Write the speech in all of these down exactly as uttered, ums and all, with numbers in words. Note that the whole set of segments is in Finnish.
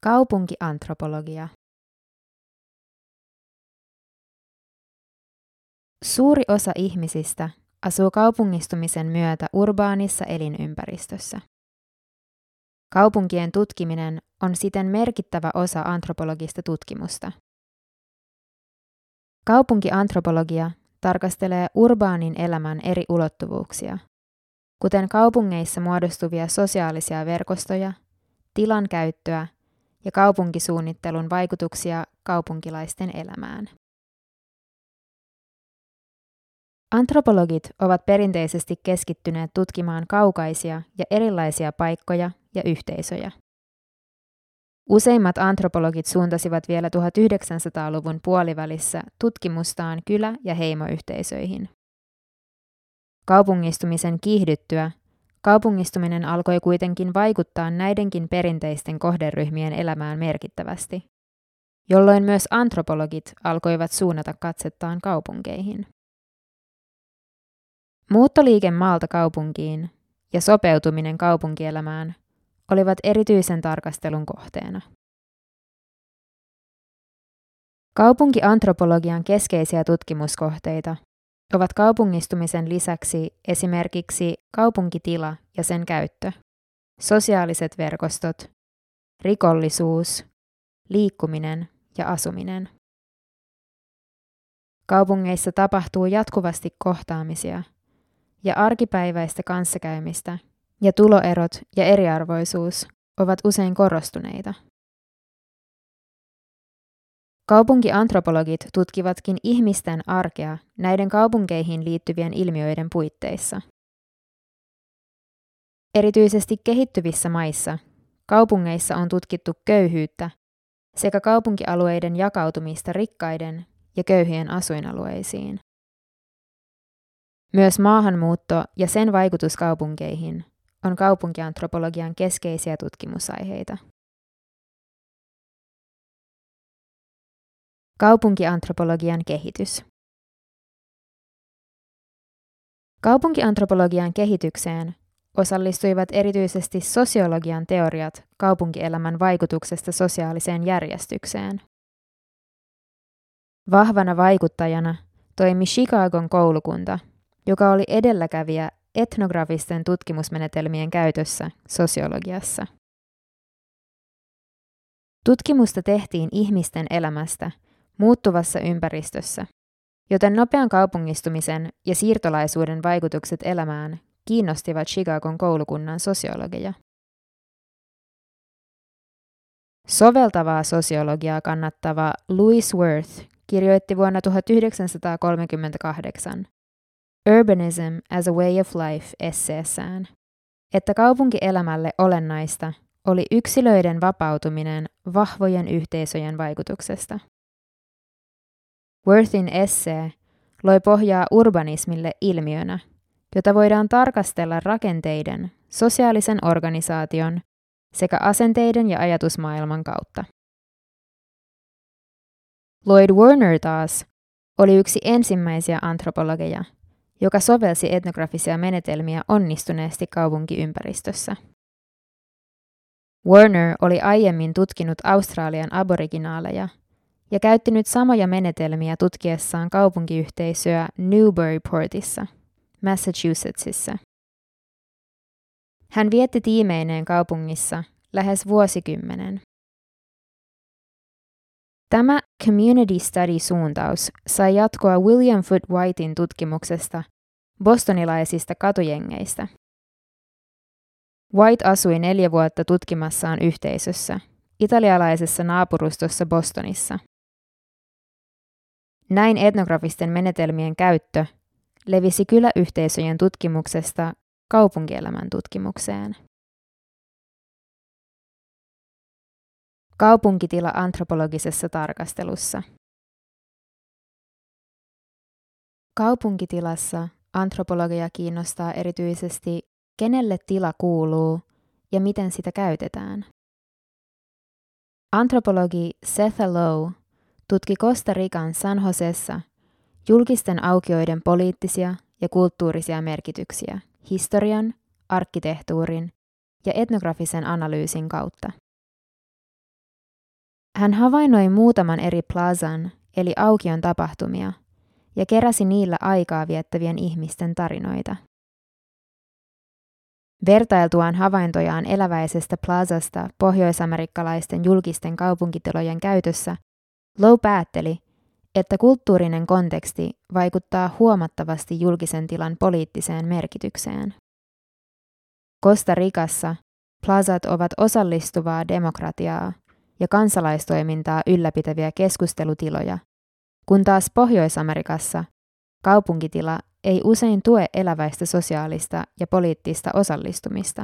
Kaupunkiantropologia. Suuri osa ihmisistä asuu kaupungistumisen myötä urbaanissa elinympäristössä. Kaupunkien tutkiminen on siten merkittävä osa antropologista tutkimusta. Kaupunkiantropologia tarkastelee urbaanin elämän eri ulottuvuuksia, kuten kaupungeissa muodostuvia sosiaalisia verkostoja, tilan käyttöä ja kaupunkisuunnittelun vaikutuksia kaupunkilaisten elämään. Antropologit ovat perinteisesti keskittyneet tutkimaan kaukaisia ja erilaisia paikkoja ja yhteisöjä. Useimmat antropologit suuntasivat vielä tuhatyhdeksänsataaluvun puolivälissä tutkimustaan kylä- ja heimoyhteisöihin. Kaupungistumisen kiihdyttyä, kaupungistuminen alkoi kuitenkin vaikuttaa näidenkin perinteisten kohderyhmien elämään merkittävästi, jolloin myös antropologit alkoivat suunnata katsettaan kaupunkeihin. Muuttoliike maalta kaupunkiin ja sopeutuminen kaupunkielämään olivat erityisen tarkastelun kohteena. Kaupunkiantropologian keskeisiä tutkimuskohteita ovat kaupungistumisen lisäksi esimerkiksi kaupunkitila ja sen käyttö, sosiaaliset verkostot, rikollisuus, liikkuminen ja asuminen. Kaupungeissa tapahtuu jatkuvasti kohtaamisia ja arkipäiväistä kanssakäymistä ja tuloerot ja eriarvoisuus ovat usein korostuneita. Kaupunkiantropologit tutkivatkin ihmisten arkea näiden kaupunkeihin liittyvien ilmiöiden puitteissa. Erityisesti kehittyvissä maissa kaupungeissa on tutkittu köyhyyttä sekä kaupunkialueiden jakautumista rikkaiden ja köyhien asuinalueisiin. Myös maahanmuutto ja sen vaikutus kaupunkeihin on kaupunkiantropologian keskeisiä tutkimusaiheita. Kaupunkiantropologian kehitys. Kaupunkiantropologian kehitykseen osallistuivat erityisesti sosiologian teoriat kaupunkielämän vaikutuksesta sosiaaliseen järjestykseen. Vahvana vaikuttajana toimi Chicagon koulukunta, joka oli edelläkävijä etnografisten tutkimusmenetelmien käytössä sosiologiassa. Tutkimusta tehtiin ihmisten elämästä muuttuvassa ympäristössä, joten nopean kaupungistumisen ja siirtolaisuuden vaikutukset elämään kiinnostivat Chicagon koulukunnan sosiologeja. Soveltavaa sosiologiaa kannattava Louis Wirth kirjoitti vuonna tuhatyhdeksänsataakolmekymmentäkahdeksan Urbanism as a Way of Life -esseessään, että kaupunkielämälle olennaista oli yksilöiden vapautuminen vahvojen yhteisöjen vaikutuksesta. Wirthin essee loi pohjaa urbanismille ilmiönä, jota voidaan tarkastella rakenteiden, sosiaalisen organisaation sekä asenteiden ja ajatusmaailman kautta. Lloyd Werner taas oli yksi ensimmäisiä antropologeja, joka sovelsi etnografisia menetelmiä onnistuneesti kaupunkiympäristössä. Werner oli aiemmin tutkinut Australian aboriginaaleja ja käyttänyt samoja menetelmiä tutkiessaan kaupunkiyhteisöä Newburyportissa, Massachusettsissa. Hän vietti tiimeineen kaupungissa lähes vuosikymmenen. Tämä community study-suuntaus sai jatkoa William Foot Whitein tutkimuksesta bostonilaisista katujengeistä. White asui neljä vuotta tutkimassaan yhteisössä, italialaisessa naapurustossa Bostonissa. Näin etnografisten menetelmien käyttö levisi kyläyhteisöjen tutkimuksesta kaupunkielämän tutkimukseen. Kaupunkitila antropologisessa tarkastelussa. Kaupunkitilassa antropologia kiinnostaa erityisesti, kenelle tila kuuluu ja miten sitä käytetään. Antropologi Setha Low tutki Costa Rican San Josessa julkisten aukioiden poliittisia ja kulttuurisia merkityksiä historian, arkkitehtuurin ja etnografisen analyysin kautta. Hän havainnoi muutaman eri plazan eli aukion tapahtumia ja keräsi niillä aikaa viettävien ihmisten tarinoita. Vertailtuaan havaintojaan eläväisestä plazasta pohjoisamerikkalaisten julkisten kaupunkitilojen käytössä, Lowe päätteli, että kulttuurinen konteksti vaikuttaa huomattavasti julkisen tilan poliittiseen merkitykseen. Costa Ricassa plazat ovat osallistuvaa demokratiaa ja kansalaistoimintaa ylläpitäviä keskustelutiloja, kun taas Pohjois-Amerikassa kaupunkitila ei usein tue eläväistä sosiaalista ja poliittista osallistumista.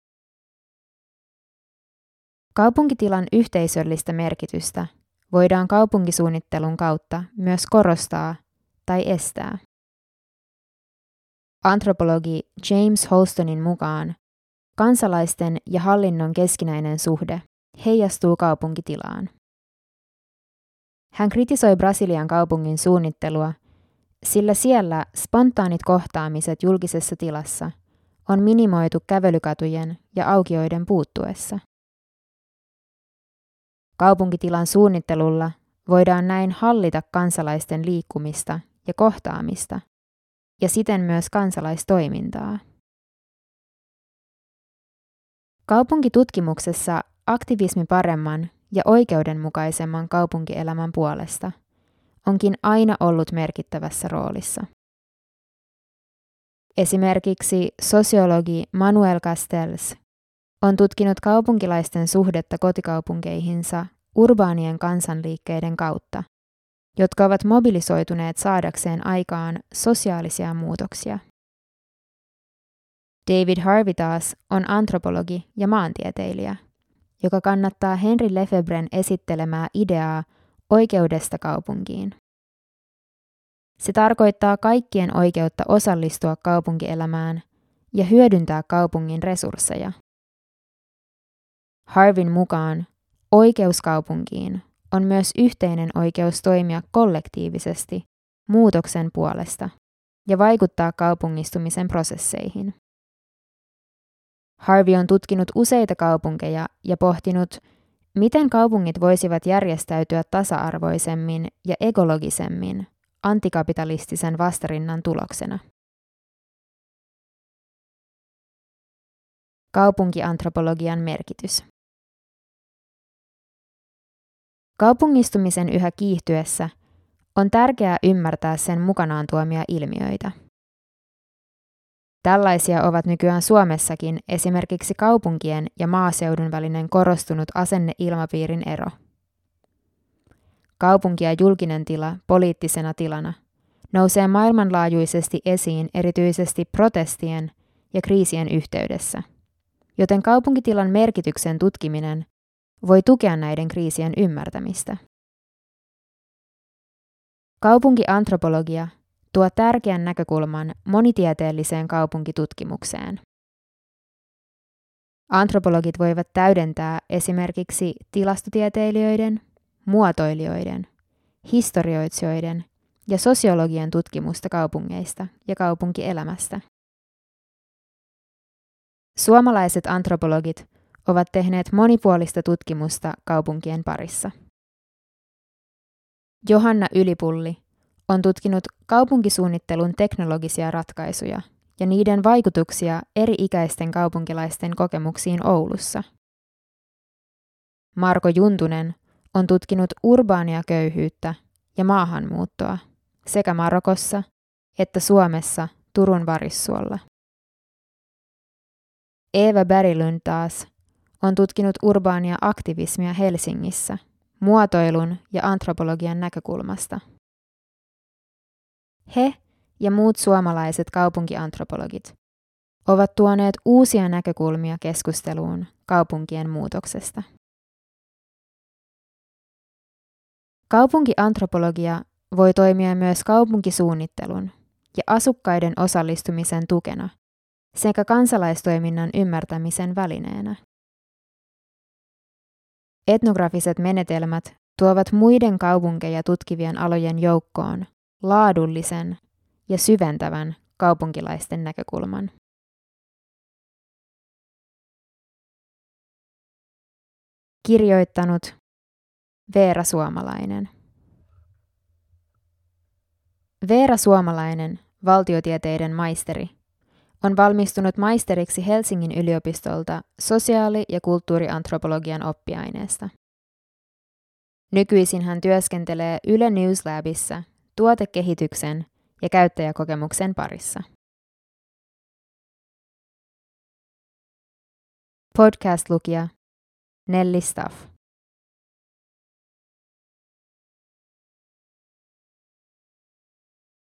Kaupunkitilan yhteisöllistä merkitystä voidaan kaupunkisuunnittelun kautta myös korostaa tai estää. Antropologi James Holstonin mukaan kansalaisten ja hallinnon keskinäinen suhde heijastuu kaupunkitilaan. Hän kritisoi Brasilian kaupungin suunnittelua, sillä siellä spontaanit kohtaamiset julkisessa tilassa on minimoitu kävelykatujen ja aukioiden puuttuessa. Kaupunkitilan suunnittelulla voidaan näin hallita kansalaisten liikkumista ja kohtaamista, ja siten myös kansalaistoimintaa. Kaupunkitutkimuksessa aktivismi paremman ja oikeudenmukaisemman kaupunkielämän puolesta onkin aina ollut merkittävässä roolissa. Esimerkiksi sosiologi Manuel Castells on tutkinut kaupunkilaisten suhdetta kotikaupunkeihinsa urbaanien kansanliikkeiden kautta, jotka ovat mobilisoituneet saadakseen aikaan sosiaalisia muutoksia. David Harvey taas on antropologi ja maantieteilijä, joka kannattaa Henri Lefebvren esittelemää ideaa oikeudesta kaupunkiin. Se tarkoittaa kaikkien oikeutta osallistua kaupunkielämään ja hyödyntää kaupungin resursseja. Harvin mukaan oikeus kaupunkiin on myös yhteinen oikeus toimia kollektiivisesti muutoksen puolesta ja vaikuttaa kaupungistumisen prosesseihin. Harvey on tutkinut useita kaupunkeja ja pohtinut, miten kaupungit voisivat järjestäytyä tasa-arvoisemmin ja ekologisemmin antikapitalistisen vastarinnan tuloksena. Kaupunkiantropologian merkitys. Kaupungistumisen yhä kiihtyessä on tärkeää ymmärtää sen mukanaan tuomia ilmiöitä. Tällaisia ovat nykyään Suomessakin esimerkiksi kaupunkien ja maaseudun välinen korostunut asenneilmapiirin ero. Kaupunki ja julkinen tila poliittisena tilana nousee maailmanlaajuisesti esiin erityisesti protestien ja kriisien yhteydessä, joten kaupunkitilan merkityksen tutkiminen voi tukea näiden kriisien ymmärtämistä. Kaupunkiantropologia tuo tärkeän näkökulman monitieteelliseen kaupunkitutkimukseen. Antropologit voivat täydentää esimerkiksi tilastotieteilijöiden, muotoilijoiden, historioitsijoiden ja sosiologien tutkimusta kaupungeista ja kaupunkielämästä. Suomalaiset antropologit ovat tehneet monipuolista tutkimusta kaupunkien parissa. Johanna Ylipulli on tutkinut kaupunkisuunnittelun teknologisia ratkaisuja ja niiden vaikutuksia eri-ikäisten kaupunkilaisten kokemuksiin Oulussa. Marko Juntunen on tutkinut urbaania köyhyyttä ja maahanmuuttoa sekä Marokossa että Suomessa Turun Varissuolla. Eeva Berglund taas on tutkinut urbaania aktivismia Helsingissä muotoilun ja antropologian näkökulmasta. He ja muut suomalaiset kaupunkiantropologit ovat tuoneet uusia näkökulmia keskusteluun kaupunkien muutoksesta. Kaupunkiantropologia voi toimia myös kaupunkisuunnittelun ja asukkaiden osallistumisen tukena sekä kansalaistoiminnan ymmärtämisen välineenä. Etnografiset menetelmät tuovat muiden kaupunkeja tutkivien alojen joukkoon laadullisen ja syventävän kaupunkilaisten näkökulman. Kirjoittanut Veera Suomalainen. Veera Suomalainen, valtiotieteiden maisteri, on valmistunut maisteriksi Helsingin yliopistolta sosiaali- ja kulttuuriantropologian oppiaineesta. Nykyisin hän työskentelee Yle News Labissa tuotekehityksen ja käyttäjäkokemuksen parissa. Podcast-lukija Nelli Staff.